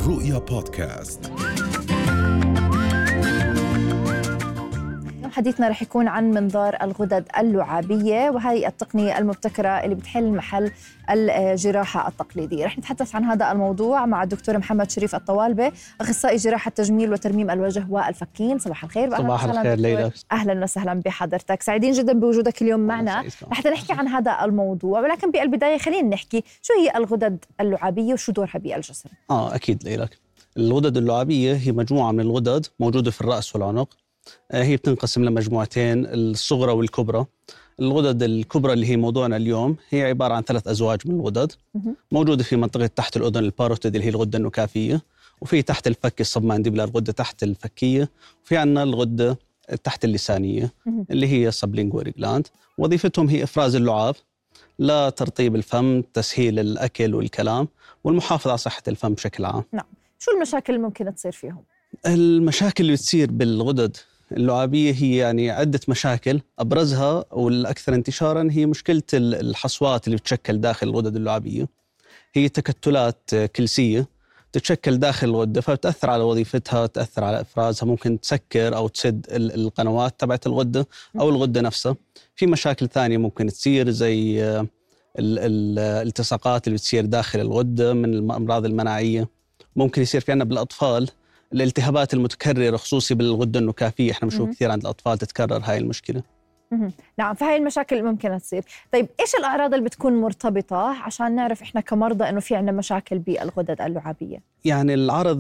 رؤيا بودكاست. حديثنا رح يكون عن منظار الغدد اللعابية، وهي التقنية المبتكرة اللي بتحل محل الجراحة التقليدية. رح نتحدث عن هذا الموضوع مع الدكتور محمد شريف الطوالبة، أخصائي جراحة تجميل وترميم الوجه والفكين. صباح الخير. صباح الخير ليلى. أهلا وسهلا بحضرتك، سعيدين جدا بوجودك اليوم معنا. رح نحكي عن هذا الموضوع، ولكن بالبداية خلينا نحكي شو هي الغدد اللعابية وشو دورها بالجسم. أكيد ليلى. الغدد اللعابية هي مجموعة من الغدد موجودة في الرأس والعنق. هي بتنقسم لمجموعتين، الصغرى والكبرى. الغدد الكبرى اللي هي موضوعنا اليوم هي عبارة عن 3 أزواج من الغدد موجودة في منطقة تحت الأذن الباروتيد اللي هي الغدة النكافية، وفي تحت الفك السبمانديبولار الغدة تحت الفكية، وفي عنا الغدة تحت اللسانية اللي هي سبلينجوال جلاند. وظيفتهم هي إفراز اللعاب لترطيب الفم، تسهيل الأكل والكلام، والمحافظة على صحة الفم بشكل عام. نعم. شو المشاكل اللي ممكن تصير فيهم؟ المشاكل اللي بتصير بالغدد اللعابية هي يعني عدة مشاكل، أبرزها والأكثر انتشاراً هي مشكلة الحصوات اللي بتشكل داخل الغدد اللعابية. هي تكتلات كلسية تتشكل داخل الغدة، فبتأثر على وظيفتها، تأثر على إفرازها، ممكن تسكر أو تسد القنوات تبعت الغدة أو الغدة نفسها. في مشاكل ثانية ممكن تصير زي الالتصاقات اللي بتصير داخل الغدة من الأمراض المناعية. ممكن يصير في عنا بالأطفال الالتهابات المتكررة، خصوصي بالغدة النكافية، احنا بنشوف كثير عند الأطفال تتكرر هاي المشكلة. نعم، فهي المشاكل ممكن تصير. طيب إيش الأعراض اللي بتكون مرتبطة عشان نعرف إحنا كمرضى إنه في عنا مشاكل بالغدد اللعابية؟ يعني العرض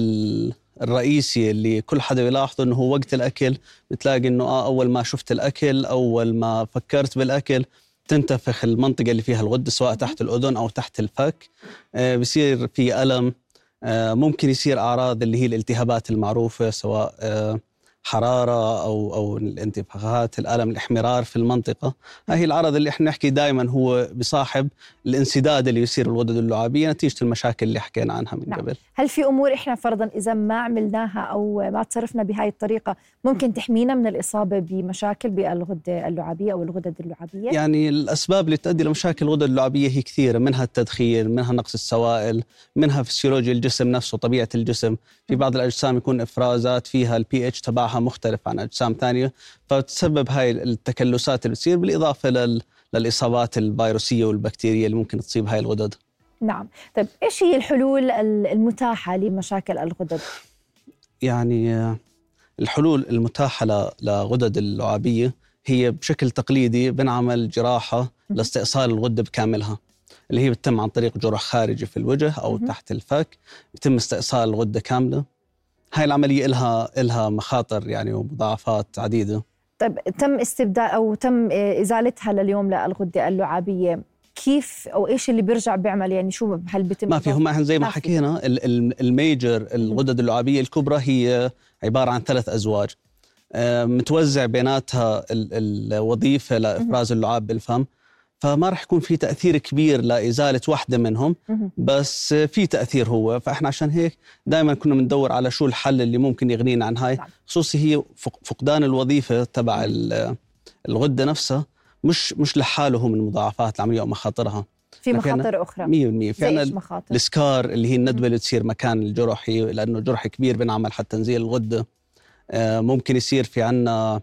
الرئيسي اللي كل حدا يلاحظه إنه هو وقت الأكل بتلاقي إنه أول ما شفت الأكل، أول ما فكرت بالأكل، تنتفخ المنطقة اللي فيها الغدة سواء تحت الأذن أو تحت الفك. بيصير في ألم. ممكن يصير أعراض اللي هي الالتهابات المعروفة، سواء حرارة أو الانتفاخات، الألم، الإحمرار في المنطقة. هاي العرض اللي احنا نحكي دائما هو بصاحب الانسداد اللي يصير الغدد اللعابية نتيجة المشاكل اللي حكينا عنها من قبل. هل في أمور احنا فرضا إذا ما عملناها أو ما تصرفنا بهاي الطريقة ممكن تحمينا من الإصابة بمشاكل بالغدة اللعابية أو الغدد اللعابية؟ يعني الأسباب اللي تؤدي لمشاكل الغدد اللعابية هي كثيرة، منها التدخين، منها نقص السوائل، منها فسيولوجيا الجسم نفسه، طبيعة الجسم. في بعض الأجسام يكون إفرازات فيها البي اتش تبعها مختلف عن أجسام ثانية، فتسبب هاي التكلسات اللي تصير، بالإضافة للإصابات الفيروسية والبكتيرية اللي ممكن تصيب هاي الغدد. نعم. طيب إيش هي الحلول المتاحة لمشاكل الغدد؟ يعني الحلول المتاحة لغدد اللعابية هي بشكل تقليدي بنعمل جراحة لاستئصال الغدة بكاملها، اللي هي بتتم عن طريق جرح خارجي في الوجه أو تحت الفك، يتم استئصال الغدة كاملة. هاي العملية إلها مخاطر يعني ومضاعفات عديدة. طيب تم استبدال أو تم إزالتها لليوم للغدة اللعابية، كيف أو إيش اللي بيرجع بيعمل؟ يعني شو هل بيتم؟ ما فيهم، احنا زي ما حكينا الميجر الغدد اللعابية الكبرى هي عبارة عن 3 أزواج متوزع بيناتها الوظيفة لإفراز اللعاب بالفم، فما رح يكون في تأثير كبير لإزالة واحدة منهم، بس في تأثير هو. فإحنا عشان هيك دائما كنا بندور على شو الحل اللي ممكن يغنينا عن هاي، خصوصي هي فقدان الوظيفة تبع الغدة نفسها مش لحاله هو من مضاعفات العملية أو مخاطرها. في مخاطر أخرى 100%. فعلا السكار اللي هي الندبة اللي تصير مكان الجرح، لأنه جرح كبير بنعمل حتى نزيل الغدة. ممكن يصير في عنا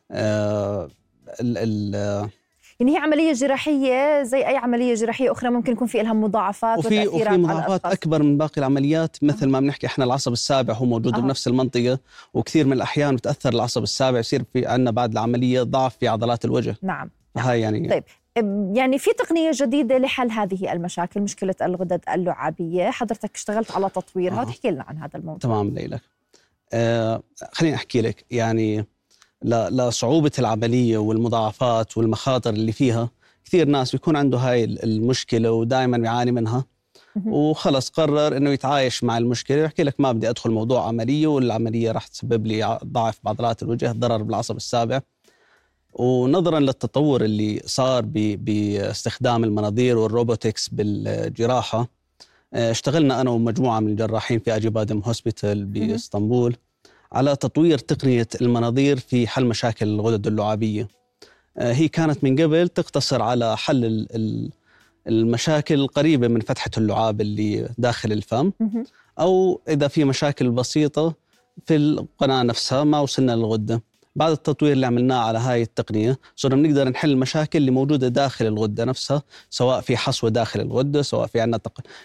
يعني هي عملية جراحية زي أي عملية جراحية أخرى، ممكن يكون في لها مضاعفات وفي مضاعفات أكبر من باقي العمليات. مثل ما بنحكي إحنا العصب السابع هو موجود بنفس المنطقة، وكثير من الأحيان بتأثر العصب السابع، يصير في عنا بعد العملية ضعف في عضلات الوجه. نعم. هاي يعني. طيب يعني في تقنية جديدة لحل هذه المشاكل، مشكلة الغدد اللعابية، حضرتك اشتغلت على تطويرها، تحكي لنا عن هذا الموضوع. تمام ليلى. خليني أحكي لك يعني لصعوبة العملية والمضاعفات والمخاطر اللي فيها. كثير ناس بيكون عنده هاي المشكلة ودائما بيعاني منها، وخلص قرر إنه يتعايش مع المشكلة، يحكي لك ما بدي أدخل موضوع عملية، والعملية راح تسبب لي ضعف بعضلات الوجه، ضرر بالعصب السابع. ونظرا للتطور اللي صار باستخدام المناظير والروبوتكس بالجراحة، اشتغلنا أنا ومجموعة من الجراحين في أجيبادم هوسبيتال بإسطنبول على تطوير تقنية المناظير في حل مشاكل الغدد اللعابية. هي كانت من قبل تقتصر على حل المشاكل القريبة من فتحة اللعاب اللي داخل الفم، أو إذا في مشاكل بسيطة في القناة نفسها ما وصلنا للغدة. بعد التطوير اللي عملناه على هاي التقنية صرنا بنقدر نحل المشاكل اللي موجودة داخل الغدة نفسها، سواء في حصوة داخل الغدة، سواء في عندنا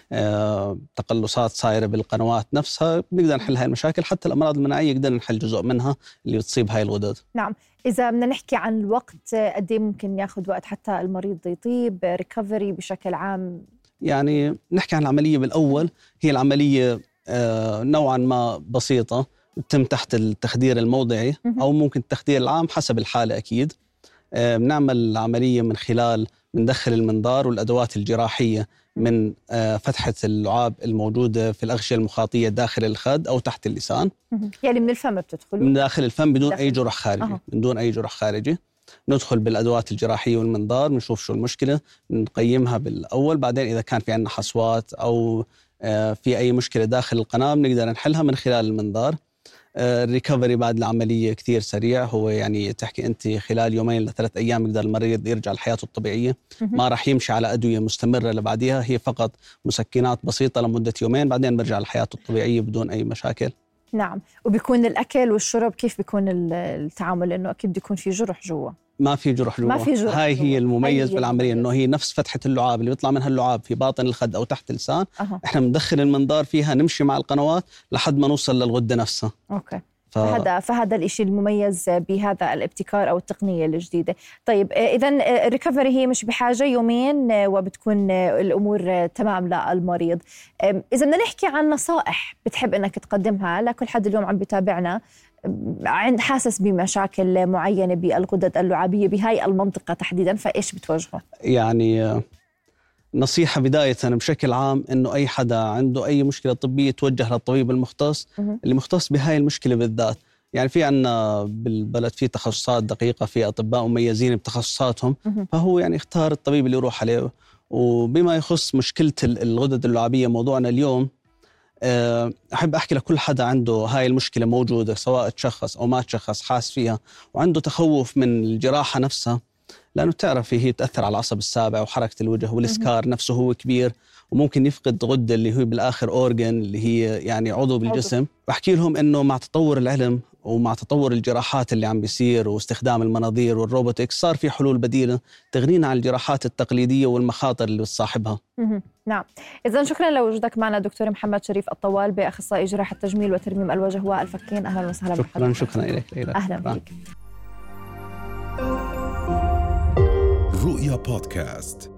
تقلصات صايرة بالقنوات نفسها، بنقدر نحل هاي المشاكل. حتى الأمراض المناعية قدرنا نحل جزء منها اللي بتصيب هاي الغدد. نعم. إذا بدنا نحكي عن الوقت، قد ايه ممكن ياخذ وقت حتى المريض يطيب، ريكفري بشكل عام؟ يعني نحكي عن العملية بالأول، هي العملية نوعا ما بسيطة، تتم تحت التخدير الموضعي أو ممكن التخدير العام حسب الحالة أكيد. بنعمل العملية من خلال بندخل المنظار والأدوات الجراحية من فتحة اللعاب الموجودة في الأغشية المخاطية داخل الخد أو تحت اللسان. يعني من الفم بتدخل؟ من داخل الفم بدون أي جرح خارجي. من دون أي جرح خارجي ندخل بالأدوات الجراحية والمنظار، بنشوف شو المشكلة، نقيمها بالأول. بعدين إذا كان في عندنا حصوات أو في أي مشكلة داخل القناة بنقدر نحلها من خلال المنظار. الريكفري بعد العملية كتير سريع، هو يعني تحكي أنت خلال 2 ل3 أيام يقدر المريض يرجع لحياته الطبيعية. ما راح يمشي على أدوية مستمرة لبعديها، هي فقط مسكنات بسيطة لمدة 2 بعدين برجع لحياته الطبيعية بدون أي مشاكل. نعم. وبيكون الأكل والشرب كيف بيكون التعامل؟ لأنه أكيد بيكون في جرح جوا. ما في جرح جوا. ما في جرح هاي جوا. هي المميز بالعملية، إنه هي نفس فتحة اللعاب اللي بيطلع منها اللعاب في باطن الخد أو تحت اللسان. إحنا بندخل المنظار فيها، نمشي مع القنوات لحد ما نوصل للغدة نفسها. أوكي. فهذا الإشي المميز بهذا الابتكار أو التقنية الجديدة. طيب إذن الريكفري هي مش بحاجة 2 وبتكون الأمور تمام للمريض. إذا بدنا نحكي عن نصائح بتحب أنك تقدمها لكل حد اليوم عم بتابعنا حاسس بمشاكل معينة بالغدد اللعابية بهاي المنطقة تحديدا، فإيش بتوجهه؟ يعني نصيحة بداية بشكل عام إنه أي حدا عنده أي مشكلة طبية يتوجه للطبيب المختص اللي مختص بهاي المشكلة بالذات. يعني في عنا بالبلد في تخصصات دقيقة، في أطباء مميزين بتخصصاتهم، فهو يعني اختار الطبيب اللي يروح عليه. وبما يخص مشكلة الغدد اللعابية موضوعنا اليوم، أحب أحكي لكل حدا عنده هاي المشكلة موجودة، سواء تشخص أو ما تشخص، حاس فيها وعنده تخوف من الجراحة نفسها، لأنه تعرفي هي تأثر على العصب السابع وحركة الوجه، والإسكار نفسه هو كبير وممكن يفقد غدة اللي هو بالآخر أورجن اللي هي يعني عضو بالجسم. بحكي لهم إنه مع تطور العلم ومع تطور الجراحات اللي عم بيصير واستخدام المناظير والروبوتكس صار في حلول بديلة تغنينا عن الجراحات التقليدية والمخاطر اللي بتصاحبها. نعم. إذن شكرا لوجودك معنا دكتور محمد شريف الطوالبي، أخصائي جراحة تجميل وترميم الوجه والفكين. أهلا وسهلا بك. شكرا إليك. أهلا بك. رؤيا بودكاست.